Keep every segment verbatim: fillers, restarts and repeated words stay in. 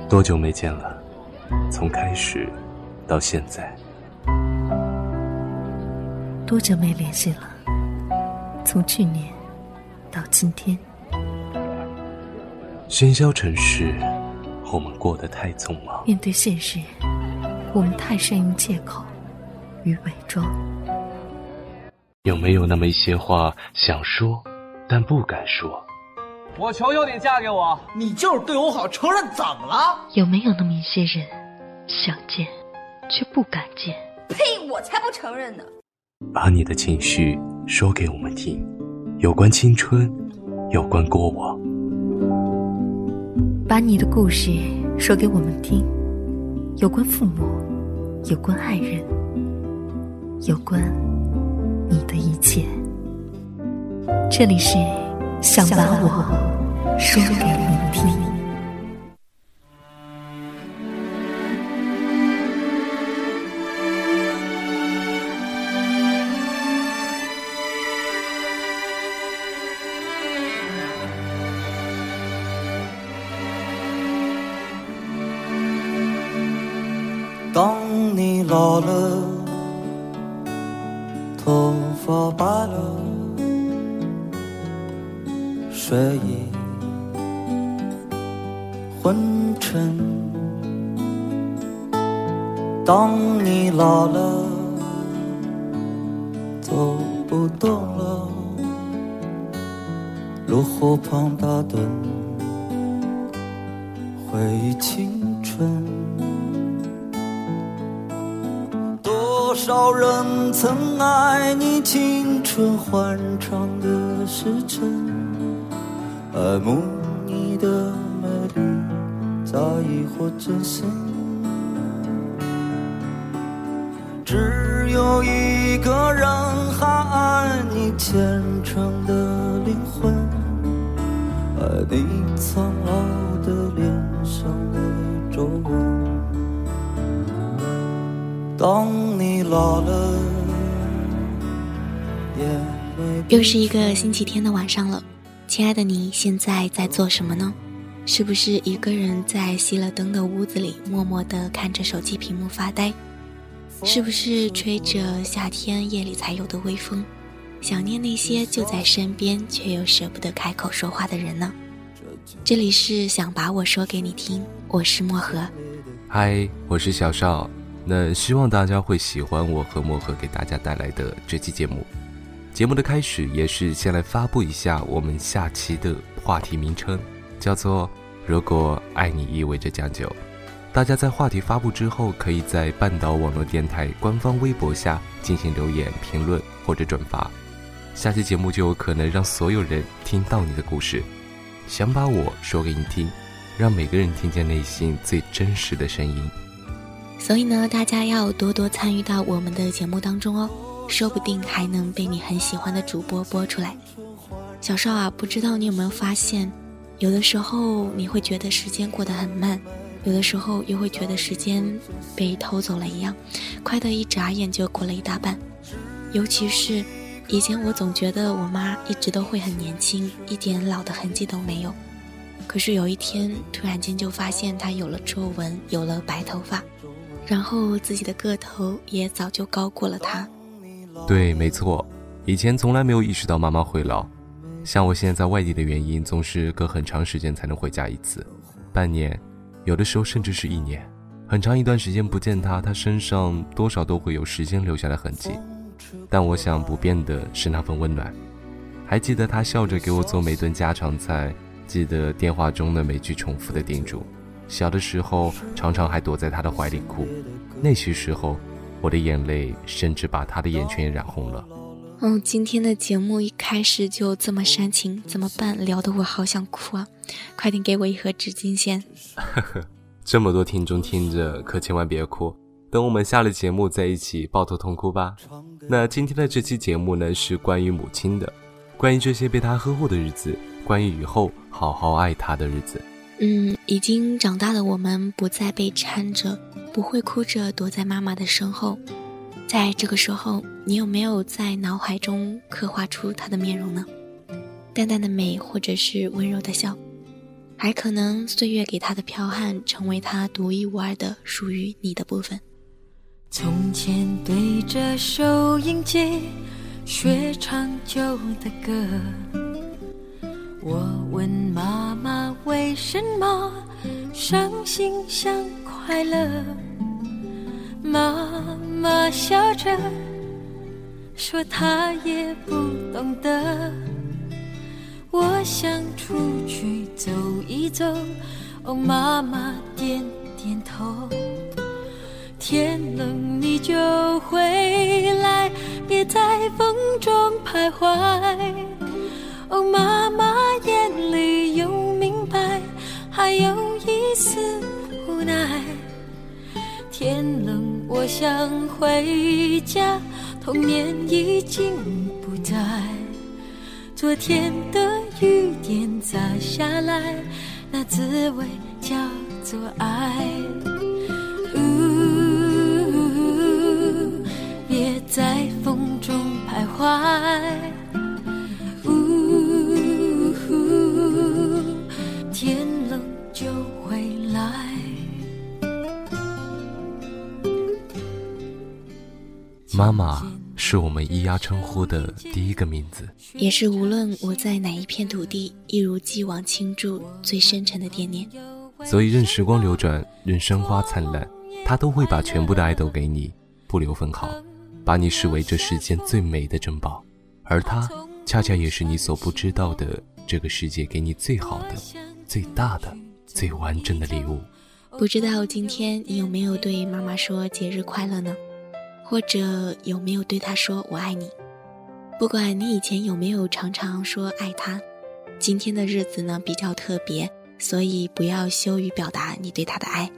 多久没见了？从开始到现在。 多久没联系了？从去年到今天。 喧嚣城市，我们过得太匆忙。 面对现实，我们太善用借口与伪装。 有没有那么一些话想说但不敢说？ 我求求你嫁给我。 你就是对我好，承认怎么了？ 有没有那么一些人想见却不敢见？ 呸，我才不承认呢。 把你的情绪说给我们听，有关青春，有关过往。 把你的故事说给我们听，有关父母，有关爱人，有关你的一切。这里是想把我说给你听。 当你老了，头发白了，睡意昏沉。当你老了，走不动了，路湖旁打盹，回忆青春。多少人曾爱你青春欢畅的时辰，爱慕你的美丽，在意或真心。只有一个人还爱你虔诚的灵魂，爱你苍老的脸上的皱纹。当你老了， 又是一个星期天的晚上了，亲爱的你现在在做什么呢？是不是一个人在熄了灯的屋子里默默地看着手机屏幕发呆？是不是吹着夏天夜里才有的微风，想念那些就在身边却又舍不得开口说话的人呢？这里是想把我说给你听，我是漠河。 嗨，我是小邵。那希望大家会喜欢我和漠河给大家带来的这期节目。节目的开始也是先来发布一下我们下期的话题名称，叫做如果爱你意味着将就。大家在话题发布之后，可以在半岛网络电台官方微博下进行留言评论或者转发，下期节目就有可能让所有人听到你的故事。想把我说给你听，让每个人听见内心最真实的声音。 所以呢，大家要多多参与到我们的节目当中哦，说不定还能被你很喜欢的主播播出来。小邵啊，不知道你有没有发现，有的时候你会觉得时间过得很慢，有的时候又会觉得时间被偷走了一样，快得一眨眼就过了一大半。尤其是以前我总觉得我妈一直都会很年轻，一点老的痕迹都没有，可是有一天突然间就发现她有了皱纹，有了白头发，然后自己的个头也早就高过了她。 对，没错，以前从来没有意识到妈妈会老。像我现在在外地的原因，总是隔很长时间才能回家一次，半年，有的时候甚至是一年。很长一段时间不见她，她身上多少都会有时间留下的痕迹，但我想不变的是那份温暖。还记得她笑着给我做每顿家常菜，记得电话中的每句重复的叮嘱。小的时候常常还躲在她的怀里哭，那些时候我的眼泪甚至把她的眼圈也染红了。 哦，今天的节目一开始就这么煽情，怎么办？聊得我好想哭啊！快点给我一盒纸巾先。 这么多听众听着，可千万别哭，等我们下了节目在一起抱头痛哭吧。那今天的这期节目呢，是关于母亲的，关于这些被她呵护的日子，关于以后好好爱她的日子。 嗯，已经长大的我们不再被搀着，不会哭着躲在妈妈的身后。在这个时候，你有没有在脑海中刻画出她的面容呢？淡淡的美，或者是温柔的笑。 还可能岁月给他的剽悍成为他独一无二的属于你的部分。 从前对着收音机学唱旧的歌，我问妈妈为什么伤心像快乐，妈妈笑着说她也不懂得。我想出去走一走，哦，妈妈点点头。天冷你就回来，别在风中徘徊。哦，妈妈眼里有明白，还有一丝无奈。天冷我想回家，童年已经不在。昨天的雨点洒下来，那滋味叫做爱。呜，别在风中徘徊。呜，天冷就回来。 妈妈是我们咿呀称呼的第一个名字， 也是无论我在哪一片土地一如既往倾注最深沉的惦念。 所以任时光流转，任生花灿烂，她都会把全部的爱都给你，不留分毫，把你视为这世间最美的珍宝。而她恰恰也是你所不知道的这个世界给你最好的、最大的、最完整的礼物。 不知道今天你有没有对妈妈说节日快乐呢？或者有没有对她说我爱你？不管你以前有没有常常说爱她，今天的日子呢比较特别，所以不要羞于表达你对她的爱。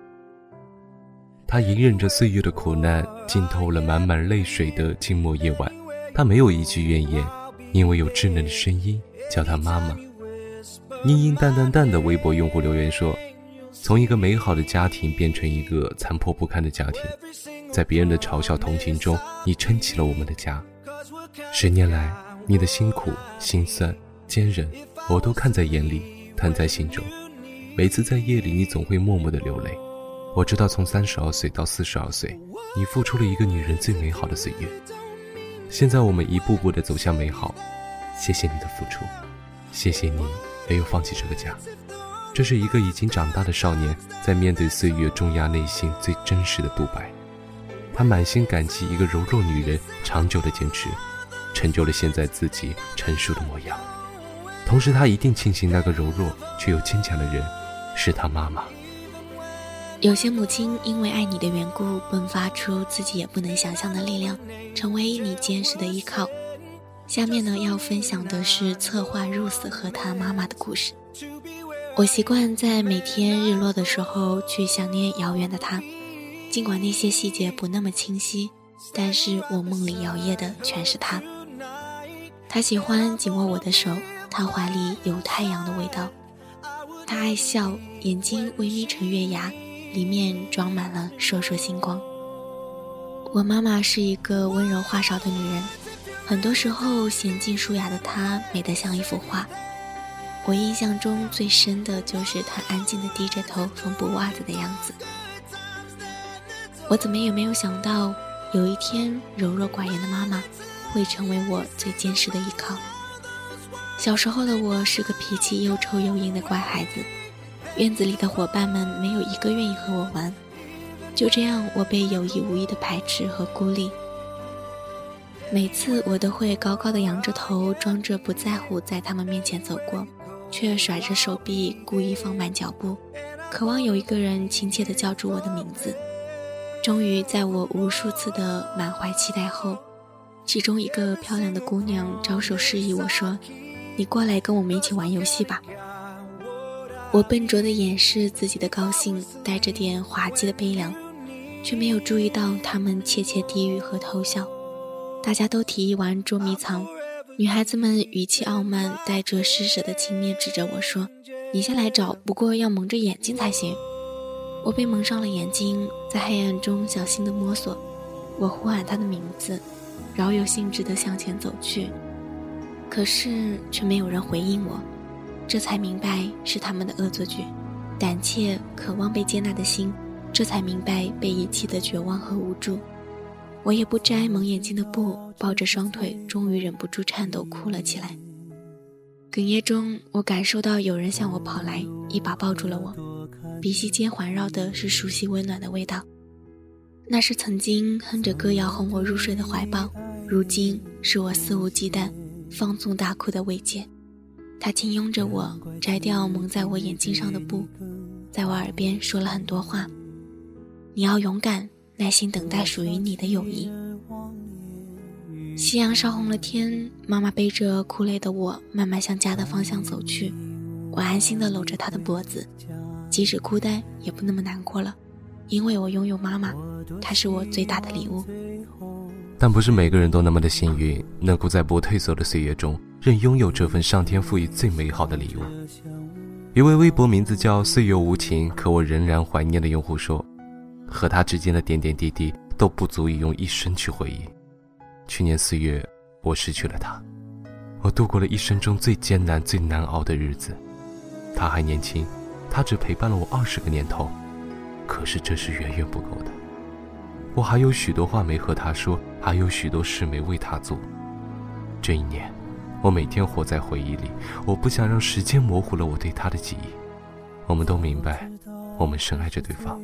她隐忍着岁月的苦难，浸透了满满泪水的静默夜晚。她没有一句怨言，因为有稚嫩的声音叫她妈妈。嘤嘤淡淡淡的微博用户留言说，从一个美好的家庭变成一个残破不堪的家庭，在别人的嘲笑同情中，你撑起了我们的家。十年来，你的辛苦、心酸、坚韧，我都看在眼里，叹在心中。每次在夜里，你总会默默地流泪。我知道从三十二岁到四十二岁，你付出了一个女人最美好的岁月。现在我们一步步地走向美好，谢谢你的付出，谢谢你没有放弃这个家。这是一个已经长大的少年在面对岁月重压内心最真实的独白。他满心感激一个柔弱女人长久的坚持，成就了现在自己成熟的模样。同时他一定庆幸那个柔弱却又坚强的人是他妈妈。 有些母亲因为爱你的缘故，迸发出自己也不能想象的力量，成为你坚实的依靠。下面呢，要分享的是策划 Rose 和她妈妈的故事。我习惯在每天日落的时候去想念遥远的她，尽管那些细节不那么清晰，但是我梦里摇曳的全是她。她喜欢紧握我的手，她怀里有太阳的味道。她爱笑，眼睛微眯成月牙，里面装满了烁烁星光。我妈妈是一个温柔话少的女人，很多时候娴静舒雅的她美得像一幅画。我印象中最深的就是她安静地低着头缝补袜子的样子。我怎么也没有想到，有一天柔弱寡言的妈妈会成为我最坚实的依靠。小时候的我是个脾气又臭又硬的乖孩子，院子里的伙伴们没有一个愿意和我玩，就这样我被有意无意的排斥和孤立。每次我都会高高的仰着头，装着不在乎在他们面前走过，却甩着手臂故意放慢脚步，渴望有一个人亲切地叫住我的名字。终于在我无数次的满怀期待后，其中一个漂亮的姑娘招手示意我说，你过来跟我们一起玩游戏吧。我笨拙地掩饰自己的高兴，带着点滑稽的悲凉，却没有注意到他们窃窃低语和偷笑。大家都提议玩捉迷藏，女孩子们语气傲慢，带着施舍的轻蔑指着我说，你先来找，不过要蒙着眼睛才行。我被蒙上了眼睛，在黑暗中小心地摸索。我呼喊她的名字，饶有兴致地向前走去，可是却没有人回应我。 这才明白是他们的恶作剧；胆怯渴望被接纳的心，这才明白被遗弃的绝望和无助。我也不摘蒙眼睛的布，抱着双腿，终于忍不住颤抖哭了起来。哽咽中，我感受到有人向我跑来，一把抱住了我，鼻息间环绕的是熟悉温暖的味道。那是曾经哼着歌谣哄我入睡的怀抱，如今是我肆无忌惮放纵大哭的慰藉。他轻拥着我，摘掉蒙在我眼睛上的布，在我耳边说了很多话。你要勇敢，耐心等待属于你的友谊。夕阳烧红了天，妈妈背着哭累的我慢慢向家的方向走去。我安心地搂着她的脖子，即使孤单也不那么难过了，因为我拥有妈妈，她是我最大的礼物。 但不是每个人都那么的幸运，能够在不褪色的岁月中仍拥有这份上天赋予最美好的礼物。一位微博名字叫岁月无情可我仍然怀念的用户说，和他之间的点点滴滴都不足以用一生去回忆。去年四月，我失去了他，我度过了一生中最艰难最难熬的日子。他还年轻，他只陪伴了我二十个年头，可是这是远远不够的。我还有许多话没和他说，还有许多事没为他做。这一年，我每天活在回忆里，我不想让时间模糊了我对他的记忆。我们都明白，我们深爱着对方。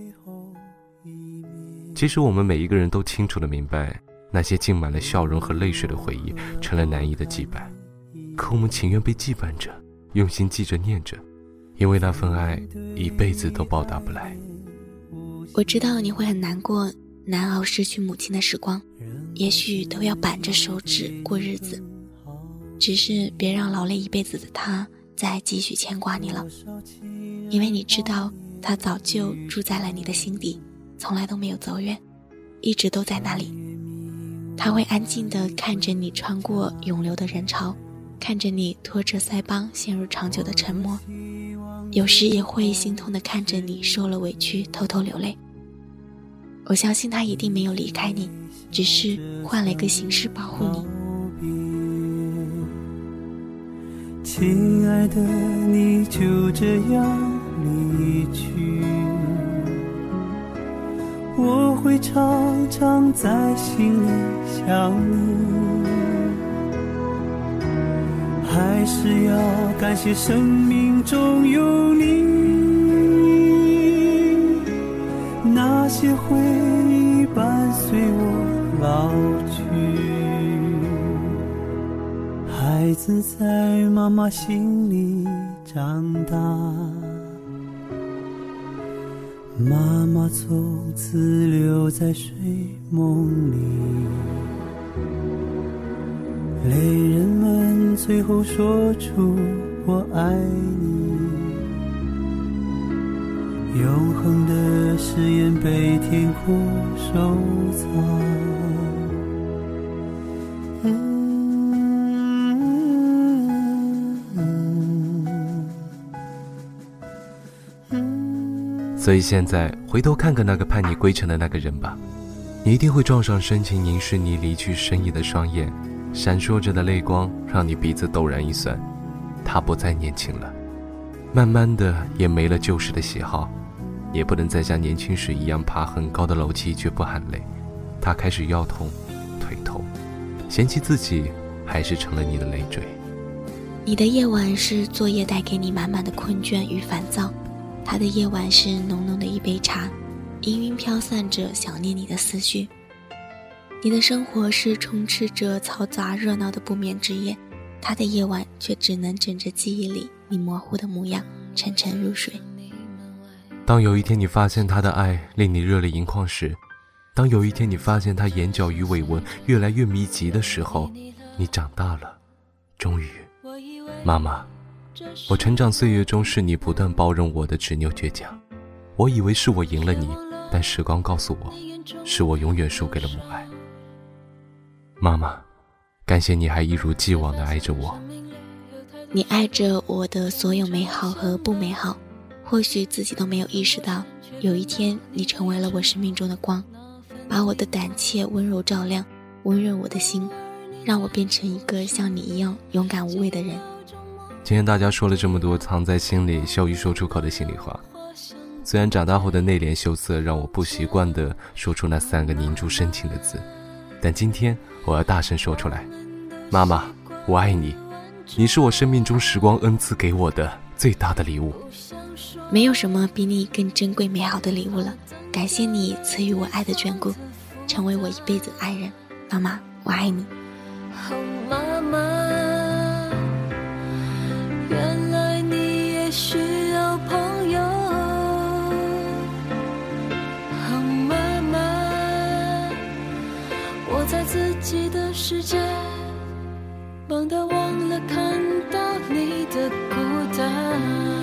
其实我们每一个人都清楚地明白，那些浸满了笑容和泪水的回忆成了难以的羁绊，可我们情愿被羁绊着，用心记着念着，因为那份爱一辈子都报答不来。 我知道你会很难过，难熬失去母亲的时光，也许都要板着手指过日子，只是别让劳累一辈子的他再继续牵挂你了，因为你知道他早就住在了你的心底，从来都没有走远，一直都在那里。他会安静地看着你穿过涌流的人潮，看着你拖着腮帮陷入长久的沉默，有时也会心痛地看着你受了委屈偷偷流泪。我相信他一定没有离开你，只是换了一个形式保护你。 亲爱的，你就这样离去，我会常常在心里想你，还是要感谢生命中有你，那些回忆伴随我老去，孩子在妈妈心里长大，妈妈从此留在睡梦里，泪人们最后说出我爱你，永恒的誓言被天空收藏。嗯所以现在回头看看那个盼你归程的那个人吧，你一定会撞上深情凝视你离去深意的双眼，闪烁着的泪光让你鼻子陡然一酸。他不再年轻了，慢慢的也没了旧时的喜好，也不能再像年轻时一样爬很高的楼梯绝不喊累。他开始腰痛腿痛，嫌弃自己还是成了你的累赘。 你的夜晚是作业带给你满满的困倦与烦躁，他的夜晚是浓浓的一杯茶，氤氲飘散着想念你的思绪。你的生活是充斥着嘈杂热闹的不眠之夜，他的夜晚却只能枕着记忆里你模糊的模样沉沉入睡。 当有一天你发现他的爱令你热泪盈眶时，当有一天你发现他眼角鱼尾纹越来越密集的时候，你长大了，终于。妈妈，我成长岁月中是你不断包容我的执拗倔强，我以为是我赢了你，但时光告诉我，是我永远输给了母爱。妈妈，感谢你还一如既往地爱着我。 你爱着我的所有美好和不美好，或许自己都没有意识到，有一天你成为了我生命中的光，把我的胆怯温柔照亮，温润我的心，让我变成一个像你一样勇敢无畏的人。 今天大家说了这么多藏在心里羞于说出口的心里话，虽然长大后的内敛羞涩让我不习惯地说出那三个凝住深情的字，但今天我要大声说出来，妈妈，我爱你，你是我生命中时光恩赐给我的最大的礼物。 没有什么比你更珍贵美好的礼物了，感谢你赐予我爱的眷顾，成为我一辈子爱人。妈妈，我爱你。 哦，妈妈，原来你也需要朋友。哦，妈妈，我在自己的世界忙到忘了看到你的孤单。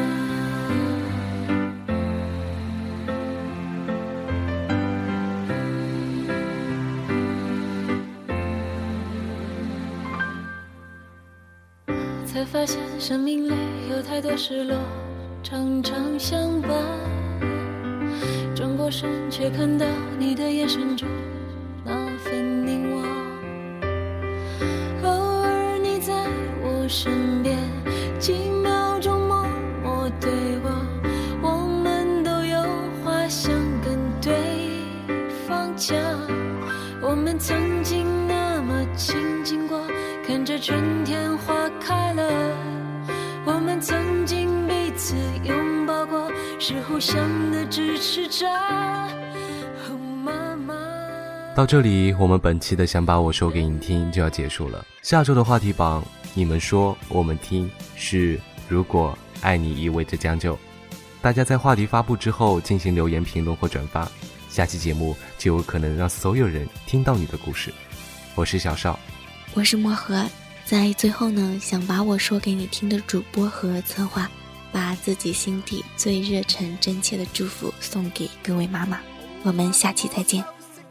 才发现生命里有太多失落，常常相伴，转过身却看到你的眼神中那份凝望。偶尔你在我身边，几秒钟默默对我，我们都有话想跟对方讲。我们曾经那么亲近过，看着春天花开了，我们曾经彼此拥抱过，是互相的支持着。哦，妈妈。 到这里，我们本期的想把我说给你听就要结束了。下周的话题榜，你们说我们听是如果爱你意味着将就。大家在话题发布之后进行留言评论或转发，下期节目就有可能让所有人听到你的故事。我是小邵， 我是漠河。在最后呢，想把我说给你听的主播和策划，把自己心底最热忱真切的祝福送给各位妈妈。我们下期再见。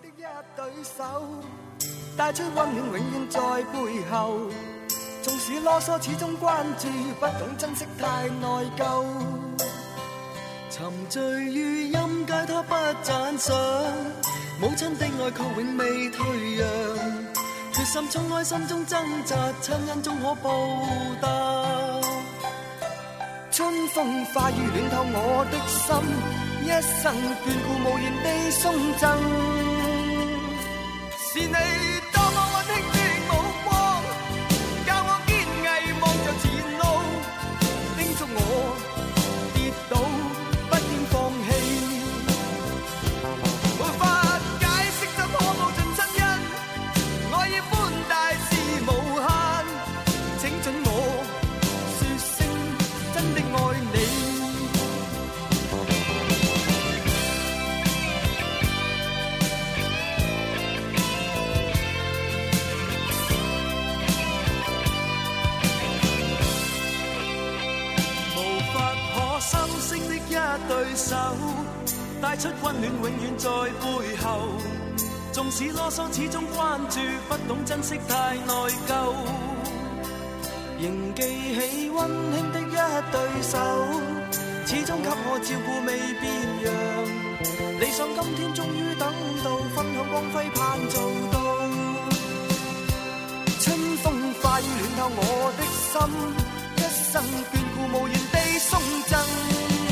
帶出溫暖永遠在背後，縱使囉嗦始終關注，不懂珍惜太內疚，沉醉於音階他不讚賞，母親的愛卻永未退讓，決心衝開心中掙扎，親恩終可報答。春風化雨暖透我的心，一生眷顧無言地送贈，是你多麼溫馨的目光，教我堅毅望着前路，叮囑我跌倒不應放棄，無法解釋怎可報盡親恩，愛意寬大是無限，請准我說聲真的愛你。對手帶出溫暖永遠在背後，縱使囉嗦始終關注，不懂珍惜太內疚，仍記起溫馨的一對手，始終給我照顧未變樣，理想今天終於等到，分享光輝盼做到，春風化雨暖透我的心，一生眷顧無言地送贈。